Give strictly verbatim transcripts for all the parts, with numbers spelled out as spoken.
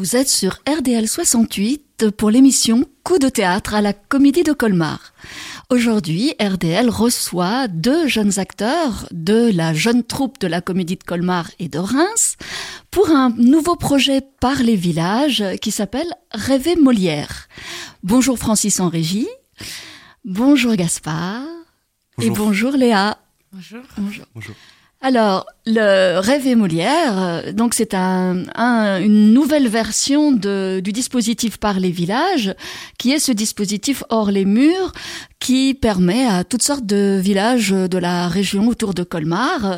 vous êtes sur R D L soixante-huit pour l'émission Coup de théâtre à la Comédie de Colmar. Aujourd'hui, R D L reçoit deux jeunes acteurs de la jeune troupe de la Comédie de Colmar et de Reims pour un nouveau projet par les villages qui s'appelle Rêver Molière. Bonjour Francis en régie, bonjour Gaspard bonjour. Et bonjour Léa. Bonjour. Bonjour. Bonjour. Alors, le Rêver Molière, donc c'est un, un, une nouvelle version de, du dispositif par les villages, qui est ce dispositif hors les murs, qui permet à toutes sortes de villages de la région autour de Colmar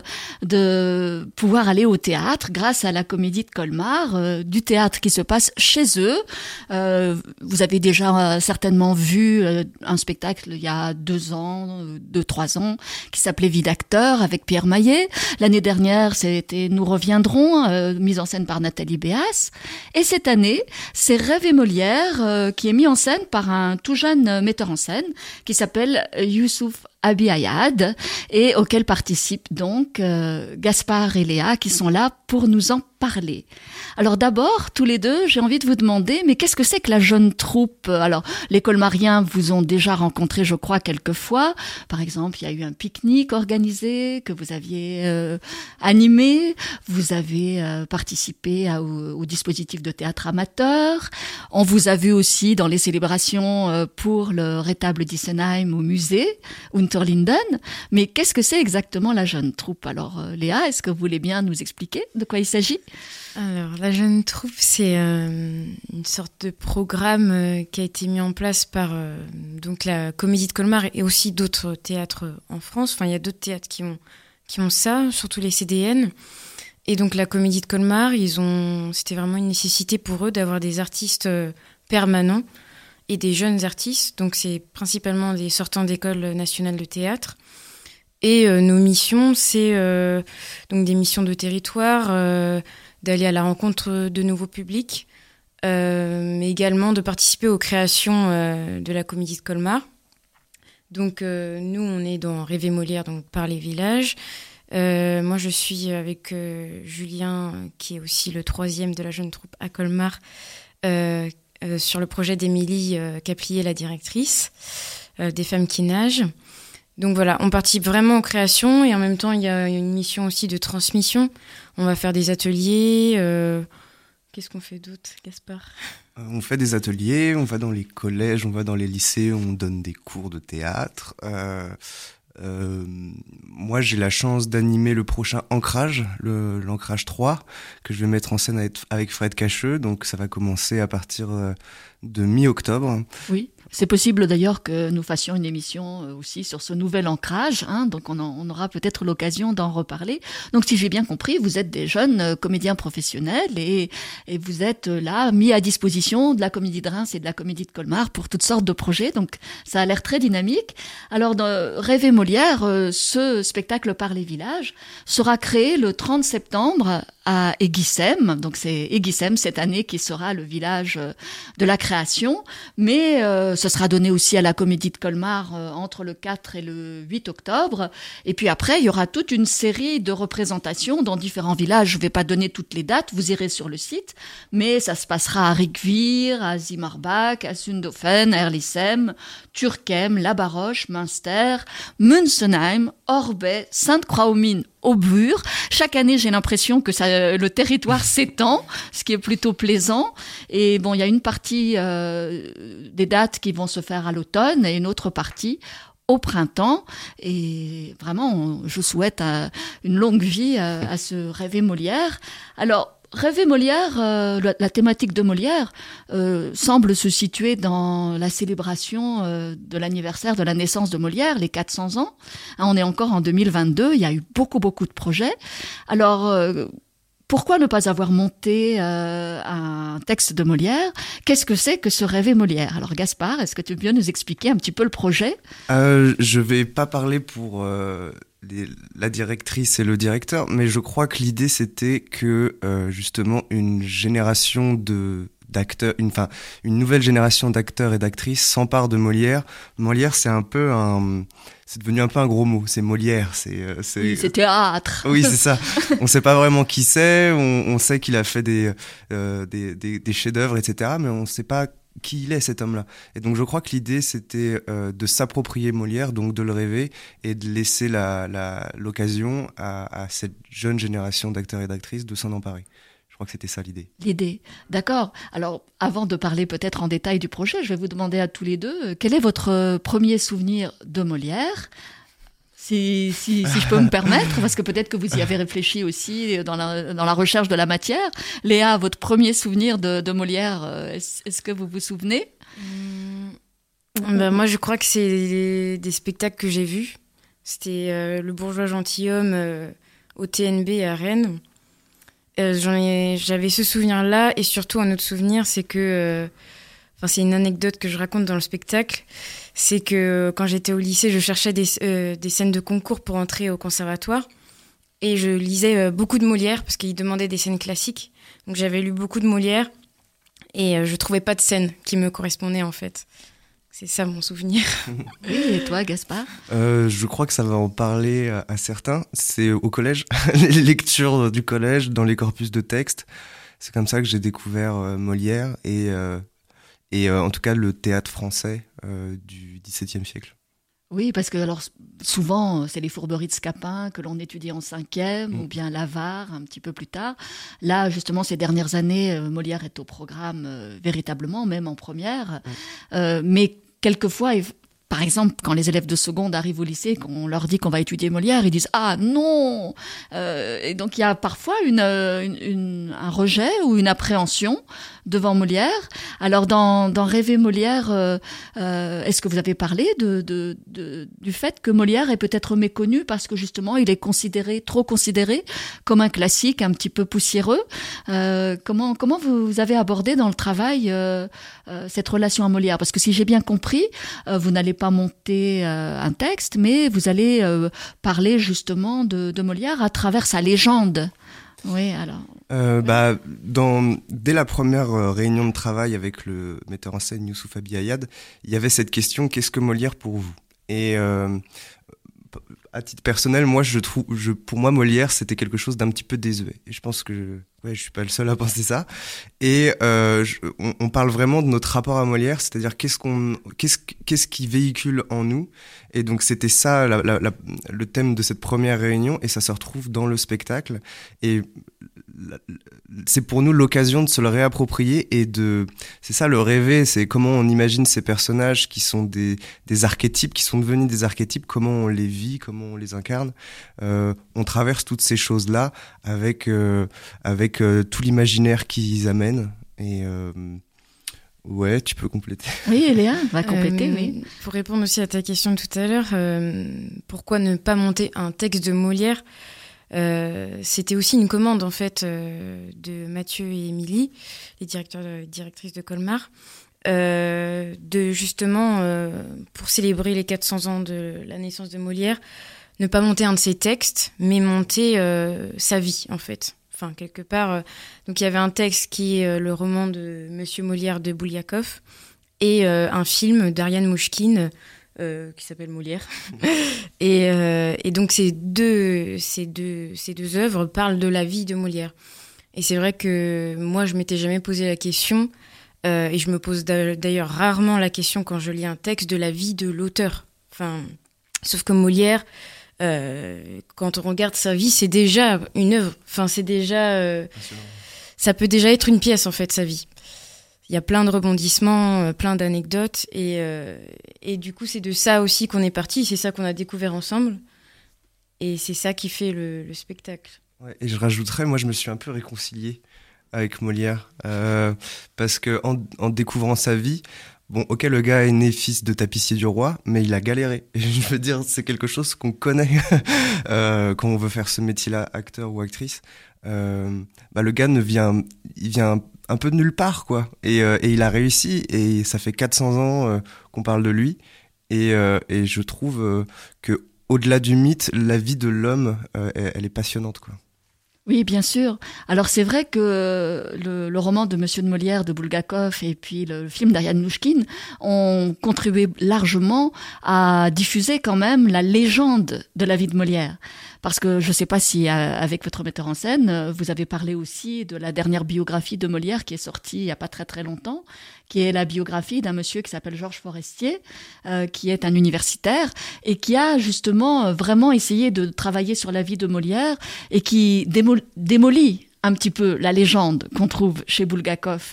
de pouvoir aller au théâtre grâce à la Comédie de Colmar, euh, du théâtre qui se passe chez eux. Euh, vous avez déjà certainement vu euh, un spectacle il y a deux ans, deux, trois ans, qui s'appelait Vie d'acteur avec Pierre Maillet. L'année dernière, c'était Nous reviendrons, euh, mise en scène par Nathalie Béas. Et cette année, c'est Rêver Molière, euh, qui est mis en scène par un tout jeune metteur en scène qui s'appelle Youssouf Abi-Ayad et auquel participent donc euh, Gaspard et Léa qui sont là pour nous en parler. Alors d'abord, tous les deux, j'ai envie de vous demander, mais qu'est-ce que c'est que la jeune troupe ? Alors, les Colmariens vous ont déjà rencontré, je crois, quelques fois. Par exemple, il y a eu un pique-nique organisé que vous aviez euh, animé. Vous avez euh, participé à, au, au dispositif de théâtre amateur. On vous a vu aussi dans les célébrations euh, pour le rétable d'Issenheim au musée Unterlinden. Mais qu'est-ce que c'est exactement la jeune troupe ? Alors, euh, Léa, est-ce que vous voulez bien nous expliquer de quoi il s'agit ? Alors, la jeune troupe, c'est euh, une sorte de programme euh, qui a été mis en place par euh, donc la Comédie de Colmar et aussi d'autres théâtres en France. Enfin, il y a d'autres théâtres qui ont, qui ont ça, surtout les C D N. Et donc, la Comédie de Colmar, ils ont, c'était vraiment une nécessité pour eux d'avoir des artistes euh, permanents et des jeunes artistes. Donc, c'est principalement des sortants d'école nationale de théâtre. Et euh, nos missions, c'est euh, donc des missions de territoire, euh, d'aller à la rencontre de nouveaux publics, euh, mais également de participer aux créations euh, de la Comédie de Colmar. Donc euh, nous, on est dans Rêver Molière, donc par les villages. Euh, moi, je suis avec euh, Julien, qui est aussi le troisième de la jeune troupe à Colmar, euh, euh, sur le projet d'Émilie euh, Caplier, la directrice euh, des Femmes qui nagent. Donc voilà, on participe vraiment aux créations et en même temps, il y a une mission aussi de transmission. On va faire des ateliers. Euh... Qu'est-ce qu'on fait d'autre, Gaspard ? On fait des ateliers, on va dans les collèges, on va dans les lycées, on donne des cours de théâtre. Euh, euh, moi, j'ai la chance d'animer le prochain Ancrage, le, l'Ancrage trois, que je vais mettre en scène avec, avec Fred Cacheux. Donc ça va commencer à partir de mi-octobre. Oui. C'est possible d'ailleurs que nous fassions une émission aussi sur ce nouvel ancrage, hein, donc on, en, on aura peut-être l'occasion d'en reparler. Donc si j'ai bien compris, vous êtes des jeunes comédiens professionnels et, et vous êtes là mis à disposition de la Comédie de Reims et de la Comédie de Colmar pour toutes sortes de projets, donc ça a l'air très dynamique. Alors dans Rêver Molière, ce spectacle par les villages sera créé le trente septembre à Éguissem, donc c'est Éguissem cette année qui sera le village de la création, mais euh, ce sera donné aussi à la Comédie de Colmar euh, entre le quatre et le huit octobre, et puis après il y aura toute une série de représentations dans différents villages. Je ne vais pas donner toutes les dates, vous irez sur le site, mais ça se passera à Rijkwier, à Zimmerbach, à Sundofen, à Erlissem, Turckheim, La Baroche, Münster, Münzenheim, Orbey, Sainte-Croix-aux-Mines, Aubure. Chaque année, j'ai l'impression que ça, le territoire s'étend, ce qui est plutôt plaisant. Et bon, il y a une partie euh, des dates qui vont se faire à l'automne et une autre partie au printemps. Et vraiment, on, je souhaite euh, une longue vie à, à ce Rêver Molière. Alors, Rêver Molière, euh, la, la thématique de Molière euh, semble se situer dans la célébration euh, de l'anniversaire de la naissance de Molière, les quatre cents ans. Hein, on est encore en deux mille vingt-deux, il y a eu beaucoup, beaucoup de projets. Alors, euh, pourquoi ne pas avoir monté euh, un texte de Molière ? Qu'est-ce que c'est que ce Rêver Molière ? Alors Gaspard, est-ce que tu peux bien nous expliquer un petit peu le projet ? euh, Je vais pas parler pour... Euh... Les, la directrice et le directeur, mais je crois que l'idée c'était que euh, justement une génération de, d'acteurs, une, enfin, une nouvelle génération d'acteurs et d'actrices s'empare de Molière. Molière, c'est un peu un, c'est devenu un peu un gros mot. C'est Molière, c'est, c'est. Oui, c'est théâtre. Oui, c'est ça. On sait pas vraiment qui c'est. On, on sait qu'il a fait des, euh, des, des, des chefs-d'œuvre, et cetera. Mais on sait pas qui il est, cet homme-là. Et donc, je crois que l'idée, c'était euh, de s'approprier Molière, donc de le rêver et de laisser la, la, l'occasion à, à cette jeune génération d'acteurs et d'actrices de s'en emparer. Je crois que c'était ça l'idée. L'idée, d'accord. Alors, avant de parler peut-être en détail du projet, je vais vous demander à tous les deux, quel est votre premier souvenir de Molière ? Si, si, si je peux me permettre, parce que peut-être que vous y avez réfléchi aussi dans la, dans la recherche de la matière. Léa, votre premier souvenir de, de Molière, est-ce, est-ce que vous vous souvenez ? mmh. ben, Moi, je crois que c'est des, des spectacles que j'ai vus. C'était euh, Le bourgeois gentilhomme euh, au T N B à Rennes. Euh, j'en ai, j'avais ce souvenir-là, et surtout un autre souvenir, c'est que... Euh, Enfin, c'est une anecdote que je raconte dans le spectacle. C'est que quand j'étais au lycée, je cherchais des, euh, des scènes de concours pour entrer au conservatoire. Et je lisais euh, beaucoup de Molière, parce qu'il demandait des scènes classiques. Donc j'avais lu beaucoup de Molière. Et euh, je trouvais pas de scène qui me correspondait, en fait. C'est ça mon souvenir. Et toi, Gaspard ? euh, Je crois que ça va en parler à, à certains. C'est au collège, les lectures du collège, dans les corpus de textes. C'est comme ça que j'ai découvert euh, Molière et... Euh, Et euh, en tout cas, le théâtre français euh, du dix-septième siècle. Oui, parce que alors souvent, c'est les fourberies de Scapin que l'on étudie en cinquième, mmh. ou bien l'Avare un petit peu plus tard. Là, justement, ces dernières années, euh, Molière est au programme euh, véritablement, même en première. Mmh. Euh, mais quelquefois, par exemple, quand les élèves de seconde arrivent au lycée, qu'on leur dit qu'on va étudier Molière, ils disent « Ah non !» euh, Et donc, il y a parfois une, une, une, un rejet ou une appréhension devant Molière. Alors, dans, dans Rêver Molière, euh, euh, est-ce que vous avez parlé de, de, de, du fait que Molière est peut-être méconnu parce que, justement, il est considéré, trop considéré comme un classique un petit peu poussiéreux. euh, comment, comment vous avez abordé dans le travail euh, euh, cette relation à Molière ? Parce que si j'ai bien compris, euh, vous n'allez pas monter euh, un texte, mais vous allez euh, parler justement de, de Molière à travers sa légende. Oui, alors. Euh, bah, dans, dès la première réunion de travail avec le metteur en scène Youssouf Abiyayad, il y avait cette question: qu'est-ce que Molière pour vous ? Et euh, à titre personnel, moi, je trouve, je, pour moi, Molière, c'était quelque chose d'un petit peu désuet. Et je pense que, je, ouais, je suis pas le seul à penser ça. Et euh, je, on, on parle vraiment de notre rapport à Molière, c'est-à-dire qu'est-ce qu'on, qu'est-ce, qu'est-ce qui véhicule en nous. Et donc c'était ça la, la, la, le thème de cette première réunion, et ça se retrouve dans le spectacle. Et c'est pour nous l'occasion de se le réapproprier et de, c'est ça le rêver, c'est comment on imagine ces personnages qui sont des, des archétypes, qui sont devenus des archétypes, comment on les vit, comment on les incarne. Euh, on traverse toutes ces choses-là avec, euh, avec euh, tout l'imaginaire qu'ils amènent. Et euh, ouais, tu peux compléter. Oui, Léa va compléter, euh, oui. Pour répondre aussi à ta question de tout à l'heure, euh, pourquoi ne pas monter un texte de Molière ? Euh, c'était aussi une commande en fait euh, de Mathieu et Émilie, les directeurs et directrices de Colmar, euh, de justement euh, pour célébrer les quatre cents ans de la naissance de Molière, ne pas monter un de ses textes, mais monter euh, sa vie en fait. Enfin quelque part. Euh, donc il y avait un texte qui est euh, le roman de Monsieur Molière de Bouliakov et euh, un film d'Ariane Mouchkine. Euh, qui s'appelle Molière. et, euh, et donc ces deux, ces, deux, ces deux œuvres parlent de la vie de Molière. Et c'est vrai que moi, je m'étais jamais posé la question, euh, et je me pose d'ailleurs rarement la question quand je lis un texte de la vie de l'auteur. Enfin, sauf que Molière, euh, quand on regarde sa vie, c'est déjà une œuvre. Enfin, c'est déjà... Euh, ça peut déjà être une pièce, en fait, sa vie. Il y a plein de rebondissements, euh, plein d'anecdotes. Et, euh, et du coup, c'est de ça aussi qu'on est parti. C'est ça qu'on a découvert ensemble. Et c'est ça qui fait le, le spectacle. Ouais, et je rajouterais, moi, je me suis un peu réconcilié avec Molière. Euh, parce que en, en découvrant sa vie, bon, ok, le gars est né fils de tapissier du roi, mais il a galéré. Et je veux dire, c'est quelque chose qu'on connaît euh, quand on veut faire ce métier-là, acteur ou actrice. Euh, bah, le gars ne vient, il vient un peu de nulle part, quoi. Et, euh, et il a réussi, et ça fait quatre cents ans euh, qu'on parle de lui. Et, euh, et je trouve euh, que au-delà du mythe, la vie de l'homme, euh, elle, elle est passionnante, quoi. Oui, bien sûr. Alors c'est vrai que le, le roman de Monsieur de Molière de Bulgakov et puis le film d'Ariane Mnouchkine ont contribué largement à diffuser quand même la légende de la vie de Molière. Parce que je ne sais pas si, avec votre metteur en scène, vous avez parlé aussi de la dernière biographie de Molière qui est sortie il n'y a pas très très longtemps, qui est la biographie d'un monsieur qui s'appelle Georges Forestier, euh, qui est un universitaire et qui a justement vraiment essayé de travailler sur la vie de Molière et qui démo- démolit un petit peu la légende qu'on trouve chez Bulgakov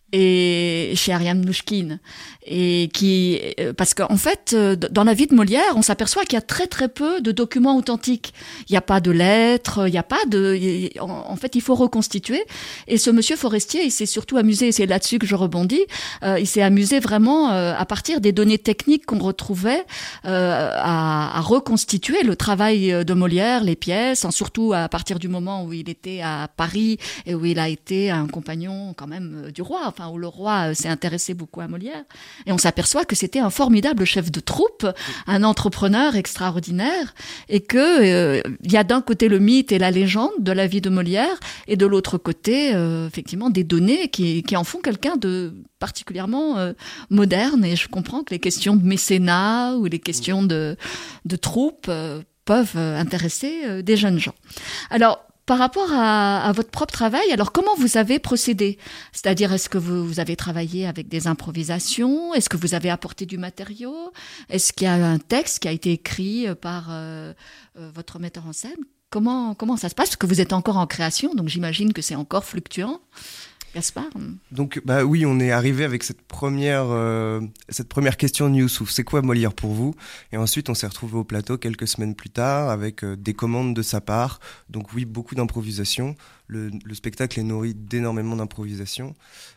et chez Ariane Mnouchkine, et qui, parce qu'en fait, dans la vie de Molière, on s'aperçoit qu'il y a très très peu de documents authentiques. Il n'y a pas de lettres, il n'y a pas de, en fait, il faut reconstituer. Et ce monsieur Forestier, il s'est surtout amusé, et c'est là-dessus que je rebondis, euh, il s'est amusé vraiment euh, à partir des données techniques qu'on retrouvait euh, à, à reconstituer le travail de Molière, les pièces, surtout à partir du moment où il était à Paris et où il a été un compagnon quand même du roi. Enfin, où le roi s'est intéressé beaucoup à Molière. Et on s'aperçoit que c'était un formidable chef de troupe, un entrepreneur extraordinaire, et que euh, il y a d'un côté le mythe et la légende de la vie de Molière, et de l'autre côté, euh, effectivement, des données qui, qui en font quelqu'un de particulièrement euh, moderne. Et je comprends que les questions de mécénat ou les questions de, de troupe euh, peuvent intéresser euh, des jeunes gens. Alors, par rapport à, à votre propre travail, alors comment vous avez procédé ? C'est-à-dire, est-ce que vous, vous avez travaillé avec des improvisations ? Est-ce que vous avez apporté du matériau ? Est-ce qu'il y a un texte qui a été écrit par euh, euh, votre metteur en scène ? Comment, comment ça se passe ? Parce que vous êtes encore en création, donc j'imagine que c'est encore fluctuant. Gaspard ? Donc, bah oui, on est arrivé avec cette première, euh, cette première question de Youssouf. C'est quoi Molière pour vous ? Et ensuite, on s'est retrouvé au plateau quelques semaines plus tard avec euh, des commandes de sa part. Donc oui, beaucoup d'improvisation. Le, le spectacle est nourri d'énormément d'improvisation.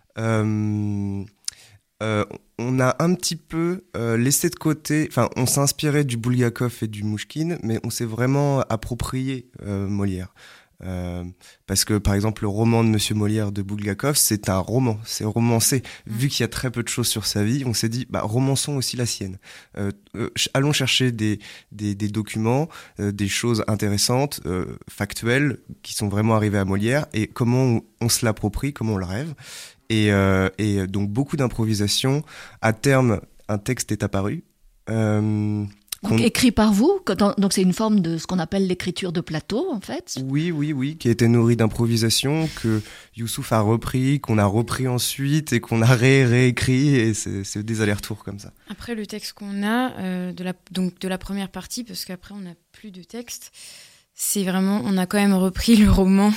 Euh, euh, on a un petit peu euh, laissé de côté, enfin, on s'inspirait du Bulgakov et du Mnouchkine, mais on s'est vraiment approprié euh, Molière. Euh, parce que par exemple le roman de Monsieur Molière de Bulgakov, c'est un roman, c'est romancé. Mmh. Vu qu'il y a très peu de choses sur sa vie, on s'est dit bah romançons aussi la sienne. Euh, euh, allons chercher des des, des documents, euh, des choses intéressantes, euh, factuelles, qui sont vraiment arrivées à Molière, et comment on, on se l'approprie, comment on le rêve. Et, euh, et donc beaucoup d'improvisation. À terme, un texte est apparu. Euh, Donc, écrit par vous, donc c'est une forme de ce qu'on appelle l'écriture de plateau, en fait. Oui, oui, oui, qui a été nourrie d'improvisation, que Youssouf a repris, qu'on a repris ensuite et qu'on a ré réécrit, et c'est, c'est des allers-retours comme ça. Après, le texte qu'on a, euh, de la, donc de la première partie, parce qu'après on n'a plus de texte, c'est vraiment, on a quand même repris le roman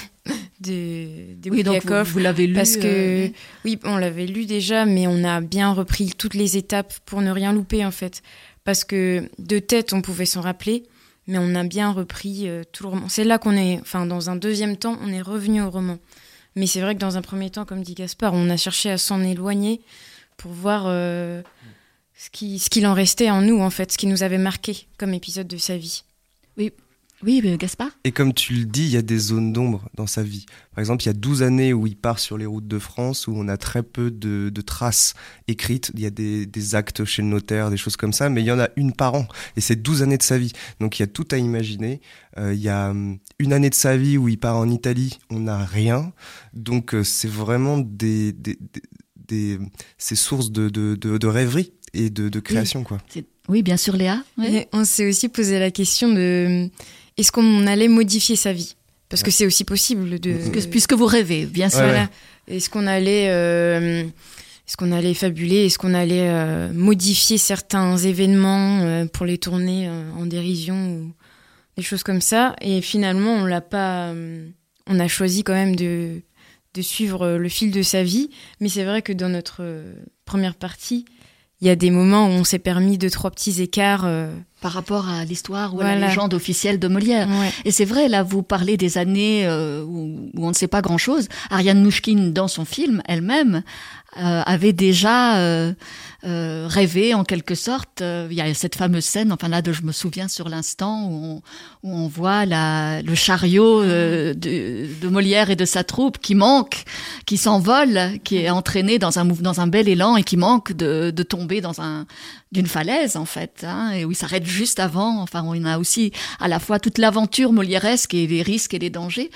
de, de oui, donc vous, vous l'avez lu. Parce que, euh... oui, on l'avait lu déjà, mais on a bien repris toutes les étapes pour ne rien louper, en fait. Parce que de tête, on pouvait s'en rappeler, mais on a bien repris euh, tout le roman. C'est là qu'on est, enfin, dans un deuxième temps, on est revenu au roman. Mais c'est vrai que dans un premier temps, comme dit Gaspard, on a cherché à s'en éloigner pour voir euh, ce, qui, ce qu'il en restait en nous, en fait, ce qui nous avait marqué comme épisode de sa vie. Oui. Oui, mais Gaspard ? Et comme tu le dis, il y a des zones d'ombre dans sa vie. Par exemple, il y a douze années où il part sur les routes de France, où on a très peu de, de traces écrites. Il y a des, des actes chez le notaire, des choses comme ça, mais il y en a une par an. Et c'est douze années de sa vie. Donc il y a tout à imaginer. Euh, il y a une année de sa vie où il part en Italie, on n'a rien. Donc euh, c'est vraiment des, des, des, des, ces sources de, de, de, de rêverie et de, de création, oui, quoi. C'est... Oui, bien sûr, Léa. Oui. Et on s'est aussi posé la question de... Est-ce qu'on allait modifier sa vie ? Parce que c'est aussi possible de... Parce que, puisque vous rêvez, bien sûr. Ouais, voilà. Est-ce qu'on allait, euh, est-ce qu'on allait fabuler ? Est-ce qu'on allait euh, modifier certains événements euh, pour les tourner euh, en dérision ou des choses comme ça ? Et finalement, on l'a pas... Euh, on a choisi quand même de, de suivre le fil de sa vie. Mais c'est vrai que dans notre euh, première partie, il y a des moments où on s'est permis deux, trois petits écarts... Euh, par rapport à l'histoire ou voilà. à la légende officielle de Molière. Ouais. Et c'est vrai, là, vous parlez des années euh, où, où on ne sait pas grand-chose. Ariane Mnouchkine, dans son film, elle-même, euh, avait déjà euh, euh, rêvé, en quelque sorte. Euh, il y a cette fameuse scène, enfin là, de, je me souviens sur l'instant, où on, où on voit la, le chariot euh, de, de Molière et de sa troupe qui manque, qui s'envole, qui est entraîné dans un, dans un bel élan et qui manque de, de tomber dans un... d'une falaise, en fait, hein, et où il s'arrête juste avant. Enfin, on a aussi à la fois toute l'aventure molièresque et les risques et les dangers.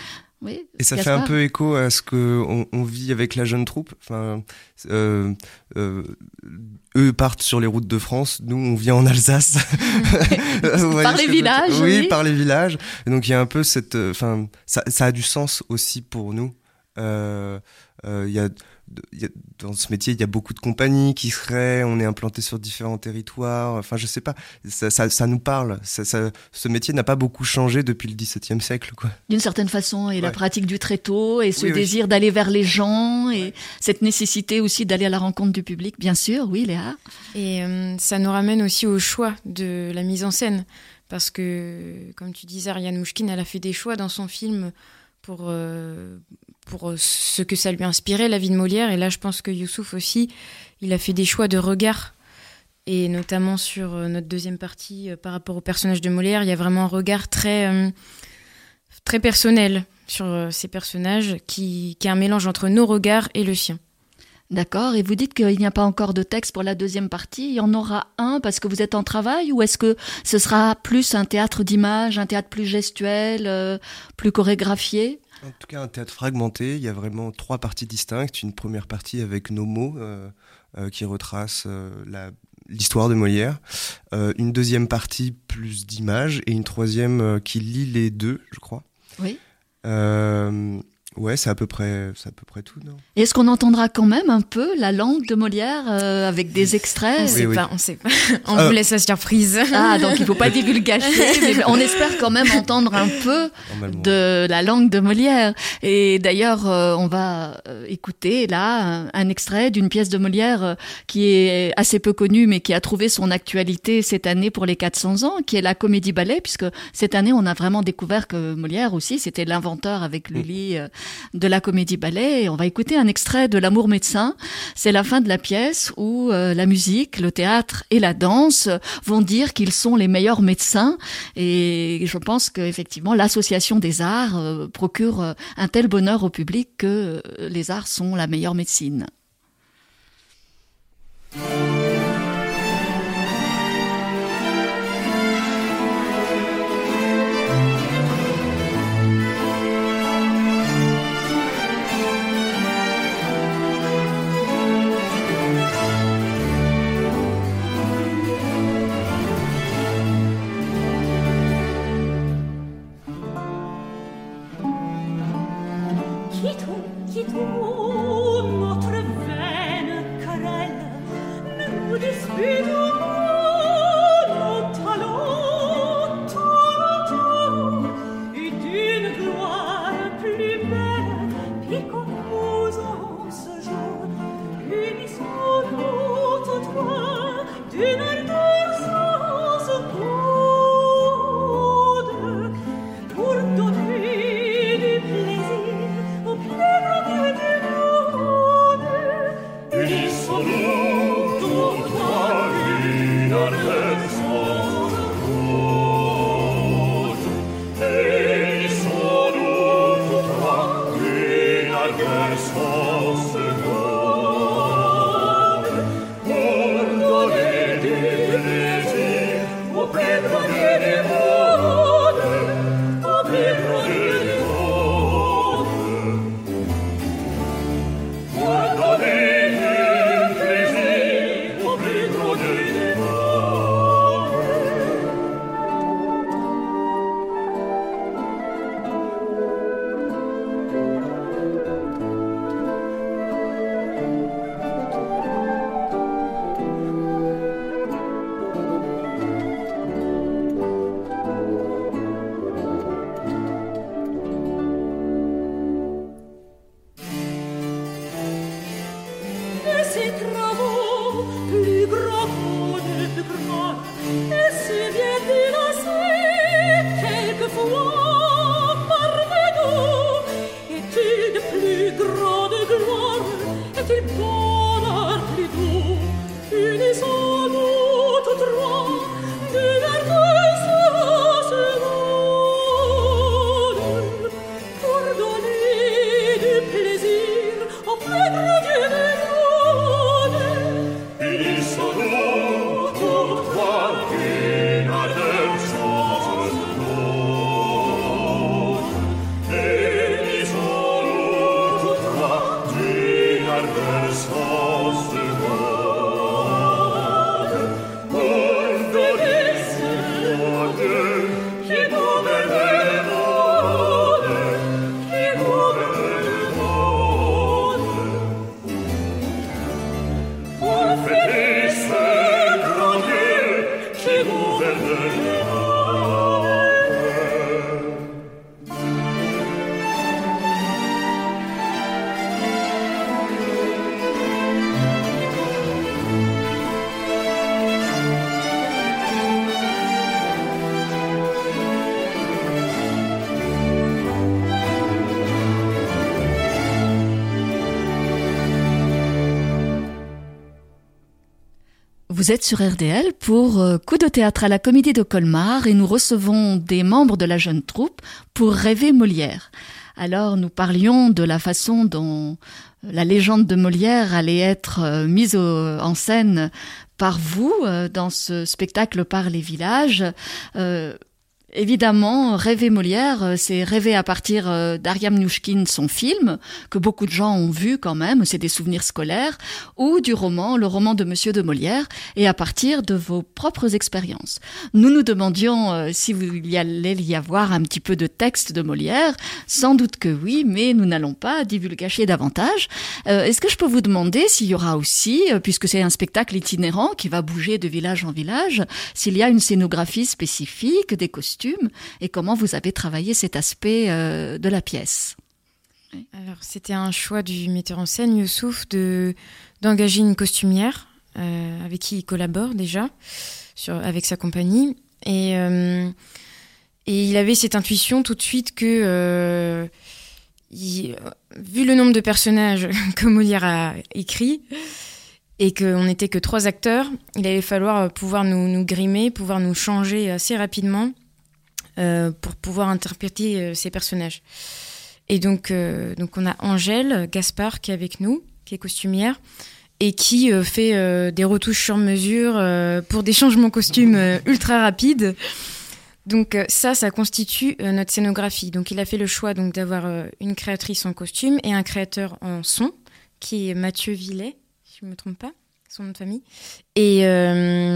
Oui, et ça Gaspard. fait un peu écho à ce que on, on vit avec la jeune troupe. Enfin, euh, euh, eux partent sur les routes de France, nous on vient en Alsace. Par les villages. Oui, oui, par les villages. Et donc il y a un peu cette, enfin, ça, ça a du sens aussi pour nous. Euh, euh, il y a Il y a, dans ce métier, il y a beaucoup de compagnies qui seraient, on est implanté sur différents territoires. Enfin, je sais pas, ça, ça, ça nous parle. Ça, ça, ce métier n'a pas beaucoup changé depuis le dix-septième siècle, quoi. D'une certaine façon, et ouais. la pratique du tréteau, et ce oui, désir oui. d'aller vers les gens, et ouais. cette nécessité aussi d'aller à la rencontre du public, bien sûr, oui, Léa. Et euh, ça nous ramène aussi au choix de la mise en scène, parce que, comme tu disais, Ariane Mouchkine, elle a fait des choix dans son film pour euh, pour ce que ça lui inspirait, la vie de Molière. Et là, je pense que Youssouf aussi, il a fait des choix de regard. Et notamment sur notre deuxième partie, euh, par rapport au personnage de Molière, il y a vraiment un regard très, euh, très personnel sur euh, ces personnages, qui, qui est un mélange entre nos regards et le sien. D'accord, et vous dites qu'il n'y a pas encore de texte pour la deuxième partie. Il y en aura un parce que vous êtes en travail, ou est-ce que ce sera plus un théâtre d'image, un théâtre plus gestuel, euh, plus chorégraphié ? En tout cas, un théâtre fragmenté. Il y a vraiment trois parties distinctes. Une première partie avec nos mots euh, euh, qui retrace euh, la, l'histoire de Molière. Euh, une deuxième partie plus d'images et une troisième euh, qui lie les deux, je crois. Oui. Euh, ouais, c'est à peu près, c'est à peu près tout, non ? Et est-ce qu'on entendra quand même un peu la langue de Molière euh, avec des extraits ? On oui, sait oui. pas, on sait pas. On euh, vous laisse la surprise. Ah, donc il faut pas divulgacher, mais on espère quand même entendre un peu de la langue de Molière. Et d'ailleurs, euh, on va euh, écouter là un, un extrait d'une pièce de Molière euh, qui est assez peu connue, mais qui a trouvé son actualité cette année pour les quatre cents ans, qui est la Comédie-Ballet, puisque cette année, on a vraiment découvert que Molière aussi, c'était l'inventeur avec Lully euh, de la Comédie-Ballet. Et on va écouter un extrait de L'Amour médecin. C'est la fin de la pièce où euh, la musique, le théâtre et la danse vont dire qu'ils sont les meilleurs médecins. Et je pense qu'effectivement, l'association des arts euh, procure euh, un tel bonheur au public que euh, les arts sont la meilleure médecine. Pour donner du plaisir au plus grand Dieu du monde. Vous êtes sur R D L pour euh, Coup de théâtre à la Comédie de Colmar et nous recevons des membres de la jeune troupe pour Rêver Molière. Alors nous parlions de la façon dont la légende de Molière allait être euh, mise au, en scène par vous euh, dans ce spectacle par les villages. Euh, Évidemment, Rêver Molière, c'est rêver à partir d'Ariam Mnouchkine, son film, que beaucoup de gens ont vu quand même, c'est des souvenirs scolaires, ou du roman, le roman de Monsieur de Molière, et à partir de vos propres expériences. Nous nous demandions euh, si vous, il y allait y avoir un petit peu de texte de Molière, sans doute que oui, mais nous n'allons pas divulgacher davantage. Euh, est-ce que je peux vous demander s'il y aura aussi, euh, puisque c'est un spectacle itinérant qui va bouger de village en village, s'il y a une scénographie spécifique, des costumes, et comment vous avez travaillé cet aspect euh, de la pièce? Alors, c'était un choix du metteur en scène, Youssouf, de, d'engager une costumière euh, avec qui il collabore déjà, sur, avec sa compagnie. Et, euh, et il avait cette intuition tout de suite que, euh, il, vu le nombre de personnages que Molière a écrits, et qu'on n'était que trois acteurs, il allait falloir pouvoir nous, nous grimer, pouvoir nous changer assez rapidement, Euh, pour pouvoir interpréter euh, ces personnages. Et donc, euh, donc on a Angèle Gaspard qui est avec nous, qui est costumière, et qui euh, fait euh, des retouches sur mesure euh, pour des changements costumes euh, ultra rapides. Donc euh, ça, ça constitue euh, notre scénographie. Donc il a fait le choix donc, d'avoir euh, une créatrice en costume et un créateur en son, qui est Mathieu Villet, si je ne me trompe pas, son nom de famille. Et, euh,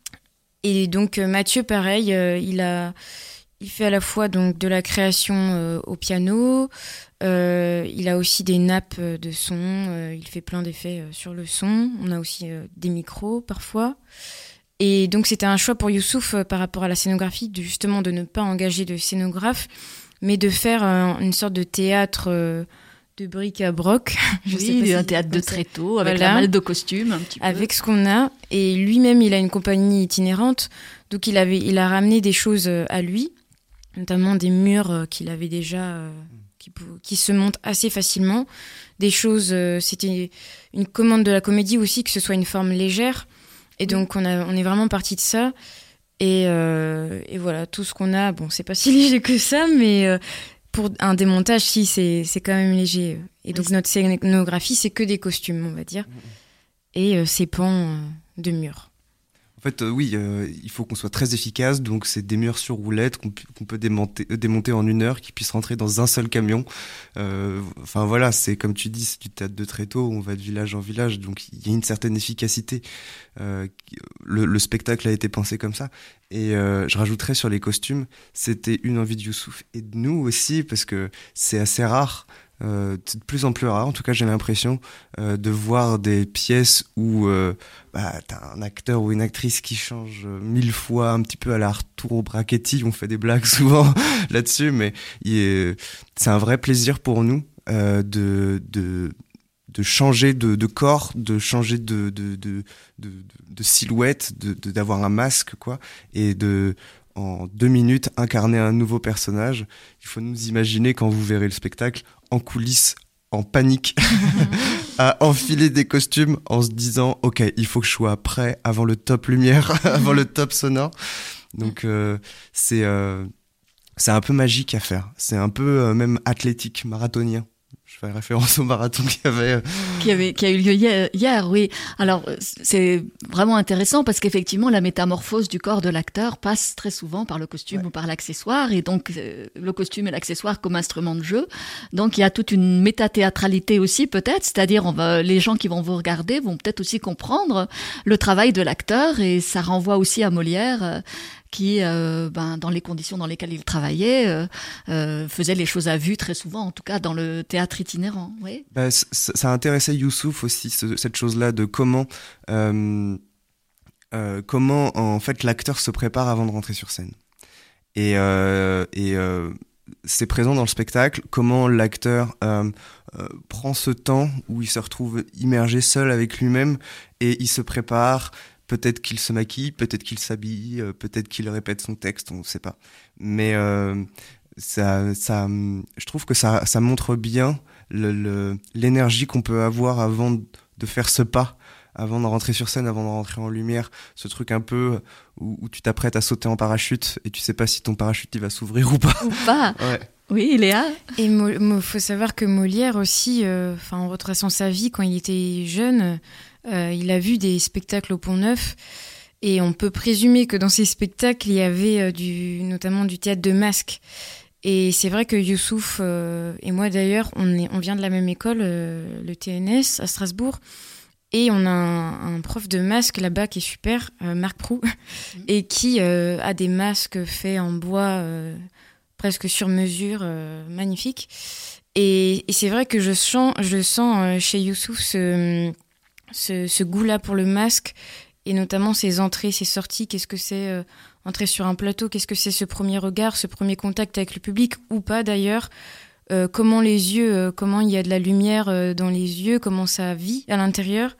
et donc euh, Mathieu, pareil, euh, il a... Il fait à la fois donc de la création euh, au piano, euh, il a aussi des nappes de son, euh, il fait plein d'effets euh, sur le son, on a aussi euh, des micros parfois. Et donc c'était un choix pour Youssouf euh, par rapport à la scénographie, de, justement de ne pas engager de scénographe, mais de faire euh, une sorte de théâtre euh, de bric-à-broc. Je oui, sais pas un si théâtre de tréteau, avec voilà, la malle de costume un petit peu. Avec ce qu'on a, et lui-même il a une compagnie itinérante, donc il, avait, il a ramené des choses à lui, notamment des murs qu'il avait déjà, euh, qui, qui se montent assez facilement. Des choses, euh, c'était une commande de la comédie aussi, que ce soit une forme légère. Et donc, on, a, on est vraiment parti de ça. Et, euh, et voilà, tout ce qu'on a, bon, c'est pas si léger que ça, mais euh, pour un démontage, si, c'est, c'est quand même léger. Et donc, oui, notre scénographie, c'est que des costumes, on va dire. Et euh, ces pans euh, de murs. En fait, euh, oui, euh, il faut qu'on soit très efficace, donc c'est des murs sur roulettes qu'on, qu'on peut démonter, euh, démonter en une heure, qui puissent rentrer dans un seul camion. Euh, enfin voilà, c'est comme tu dis, c'est du théâtre de tréteau, on va de village en village, donc il y a une certaine efficacité. Euh, le, le spectacle a été pensé comme ça. Et euh, je rajouterais sur les costumes, c'était une envie de Youssouf et de nous aussi, parce que c'est assez rare. Euh, de plus en plus rare, en tout cas j'ai l'impression euh, de voir des pièces où euh, bah, t'as un acteur ou une actrice qui change euh, mille fois, un petit peu à la Arturo Brachetti, on fait des blagues souvent là-dessus, mais il est, c'est un vrai plaisir pour nous euh, de, de, de changer de, de corps, de changer de, de, de, de, de silhouette, de, de, d'avoir un masque, quoi, et de... en deux minutes, incarner un nouveau personnage. Il faut nous imaginer, quand vous verrez le spectacle, en coulisses, en panique, à enfiler des costumes en se disant « Ok, il faut que je sois prêt avant le top lumière, avant le top sonore. » Donc, euh, c'est, euh, c'est un peu magique à faire. C'est un peu euh, même athlétique, marathonien. Je fais référence au marathon qui avait... Euh... Qui, avait, qui a eu lieu hier, hier, oui. Alors, c'est vraiment intéressant parce qu'effectivement, la métamorphose du corps de l'acteur passe très souvent par le costume ouais. ou par l'accessoire. Et donc, euh, le costume et l'accessoire comme instrument de jeu. Donc, il y a toute une métathéâtralité aussi, peut-être. C'est-à-dire, on va, les gens qui vont vous regarder vont peut-être aussi comprendre le travail de l'acteur. Et ça renvoie aussi à Molière, euh, qui, euh, ben, dans les conditions dans lesquelles il travaillait, euh, euh, faisait les choses à vue très souvent, en tout cas dans le théâtre itinérant. Oui. Bah, c- ça intéressait Youssouf aussi, ce, cette chose-là de comment, euh, euh, comment en fait l'acteur se prépare avant de rentrer sur scène. Et, euh, et euh, c'est présent dans le spectacle, comment l'acteur euh, euh, prend ce temps où il se retrouve immergé seul avec lui-même et il se prépare. Peut-être qu'il se maquille, peut-être qu'il s'habille, euh, peut-être qu'il répète son texte, on ne sait pas. Mais euh, ça, ça, je trouve que ça, ça montre bien le, le, l'énergie qu'on peut avoir avant de faire ce pas avant de rentrer sur scène, avant de rentrer en lumière, ce truc un peu où, où tu t'apprêtes à sauter en parachute et tu sais pas si ton parachute il va s'ouvrir ou pas. Ou pas. Ouais. Oui, Léa. Et il faut savoir que Molière aussi, euh, en retraçant sa vie quand il était jeune, euh, il a vu des spectacles au Pont-Neuf. Et on peut présumer que dans ces spectacles, il y avait euh, du, notamment du théâtre de masques. Et c'est vrai que Youssouf euh, et moi d'ailleurs, on, est, on vient de la même école, euh, le T N S à Strasbourg. Et on a un, un prof de masque là-bas qui est super, euh, Marc Proux, mmh. et qui euh, a des masques faits en bois euh, presque sur mesure, euh, magnifiques. Et, et c'est vrai que je sens, je sens euh, chez Youssouf ce, ce, ce goût-là pour le masque, et notamment ses entrées, ses sorties. Qu'est-ce que c'est euh, entrer sur un plateau? Qu'est-ce que c'est ce premier regard, ce premier contact avec le public, ou pas d'ailleurs? Euh, comment les yeux, euh, comment il y a de la lumière euh, dans les yeux, comment ça vit à l'intérieur.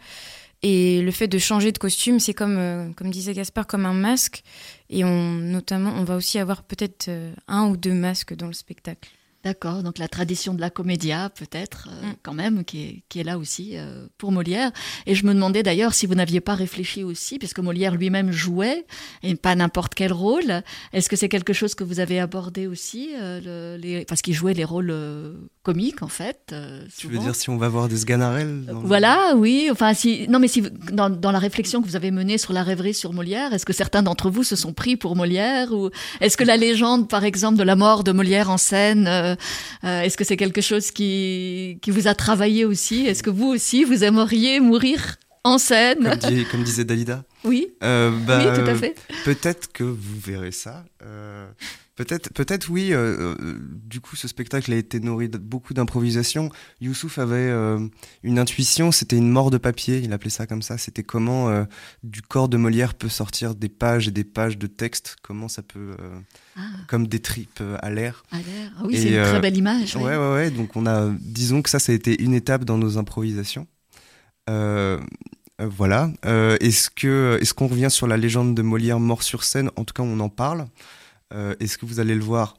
Et le fait de changer de costume, c'est comme, euh, comme disait Gaspard, comme un masque. Et on, notamment, on va aussi avoir peut-être euh, un ou deux masques dans le spectacle. D'accord, donc la tradition de la comédia, peut-être, euh, mm. quand même, qui est, qui est là aussi euh, pour Molière. Et je me demandais d'ailleurs si vous n'aviez pas réfléchi aussi, puisque Molière lui-même jouait, et pas n'importe quel rôle. Est-ce que c'est quelque chose que vous avez abordé aussi euh, le, les, parce qu'il jouait les rôles euh, comiques, en fait. Euh, tu veux dire si on va voir des Sganarelle dans... Voilà, oui. Enfin, si, non, mais si, dans, dans la réflexion que vous avez menée sur la rêverie sur Molière, est-ce que certains d'entre vous se sont pris pour Molière, ou est-ce que la légende, par exemple, de la mort de Molière en scène, euh, Euh, est-ce que c'est quelque chose qui, qui vous a travaillé aussi? Est-ce que vous aussi, vous aimeriez mourir en scène? Comme, dit, comme disait Dalida. Oui, euh, bah, oui, tout à fait. Peut-être que vous verrez ça. Euh, peut-être, peut-être oui. Euh, euh, du coup, ce spectacle a été nourri de beaucoup d'improvisation. Youssouf avait euh, une intuition, c'était une mort de papier, il appelait ça comme ça. C'était comment euh, du corps de Molière peut sortir des pages et des pages de texte, comment ça peut... Euh, Ah. Comme des tripes à l'air. À l'air. Ah oui, et c'est une euh, très belle image. Ouais, oui. ouais, ouais. Donc on a, disons que ça, ça a été une étape dans nos improvisations. Euh, euh, voilà. Euh, est-ce que, est-ce qu'on revient sur la légende de Molière mort sur scène? En tout cas, on en parle. Euh, est-ce que vous allez le voir?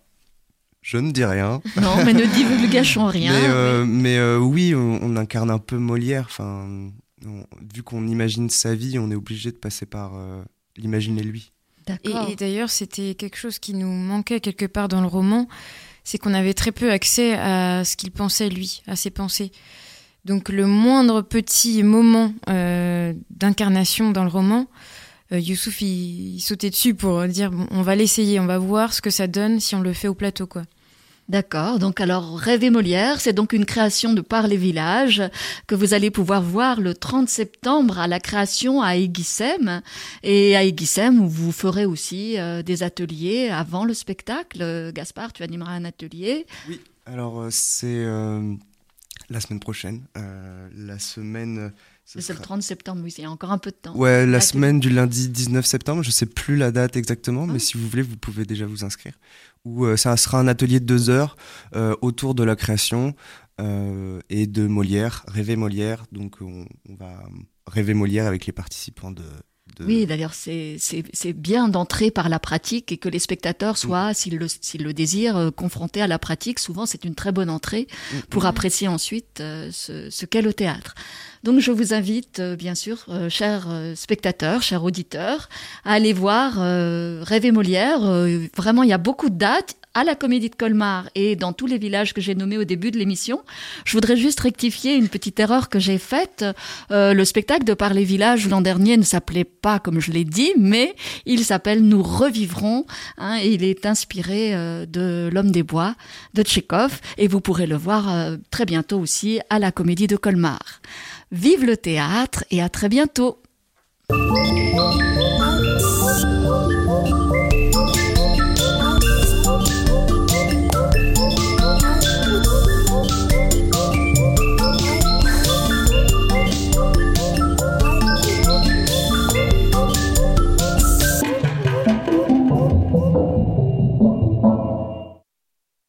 Je ne dis rien. Non, mais ne divulgachons rien. Mais, euh, oui, mais euh, oui, on, on incarne un peu Molière. Enfin, on, vu qu'on imagine sa vie, on est obligé de passer par euh, l'imaginer lui. Et, et d'ailleurs, c'était quelque chose qui nous manquait quelque part dans le roman, c'est qu'on avait très peu accès à ce qu'il pensait lui, à ses pensées. Donc le moindre petit moment euh, d'incarnation dans le roman, euh, Youssouf il, il sautait dessus pour dire bon, on va l'essayer, on va voir ce que ça donne si on le fait au plateau, quoi. D'accord, donc alors Rêver Molière, c'est donc une création de Par les Villages que vous allez pouvoir voir le trente septembre à la création à Aiguissem. Et à Aiguissem, vous ferez aussi euh, des ateliers avant le spectacle. Gaspard, tu animeras un atelier. Oui, alors euh, c'est euh, la semaine prochaine, euh, la semaine... C'est sera... le trente septembre, oui, il y a encore un peu de temps. Ouais, la semaine du lundi dix-neuf septembre, je ne sais plus la date exactement, ah. mais si vous voulez, vous pouvez déjà vous inscrire. Où euh, ça sera un atelier de deux heures euh, autour de la création euh, et de Molière, Rêver Molière. Donc on, on va rêver Molière avec les participants de... De... Oui, d'ailleurs, c'est, c'est, c'est bien d'entrer par la pratique et que les spectateurs soient, mmh. s'ils, le, s'ils le désirent, euh, confrontés à la pratique. Souvent, c'est une très bonne entrée mmh. pour apprécier ensuite euh, ce, ce qu'est le théâtre. Donc, je vous invite, euh, bien sûr, euh, chers euh, spectateurs, chers auditeurs, à aller voir euh, Rêver Molière. Euh, vraiment, il y a beaucoup de dates à la Comédie de Colmar et dans tous les villages que j'ai nommés au début de l'émission. Je voudrais juste rectifier une petite erreur que j'ai faite. Euh, le spectacle de Par les Villages l'an dernier ne s'appelait pas comme je l'ai dit, mais il s'appelle Nous revivrons, hein, et il est inspiré euh, de L'Homme des Bois de Tchekhov, et vous pourrez le voir euh, très bientôt aussi à la Comédie de Colmar. Vive le théâtre et à très bientôt.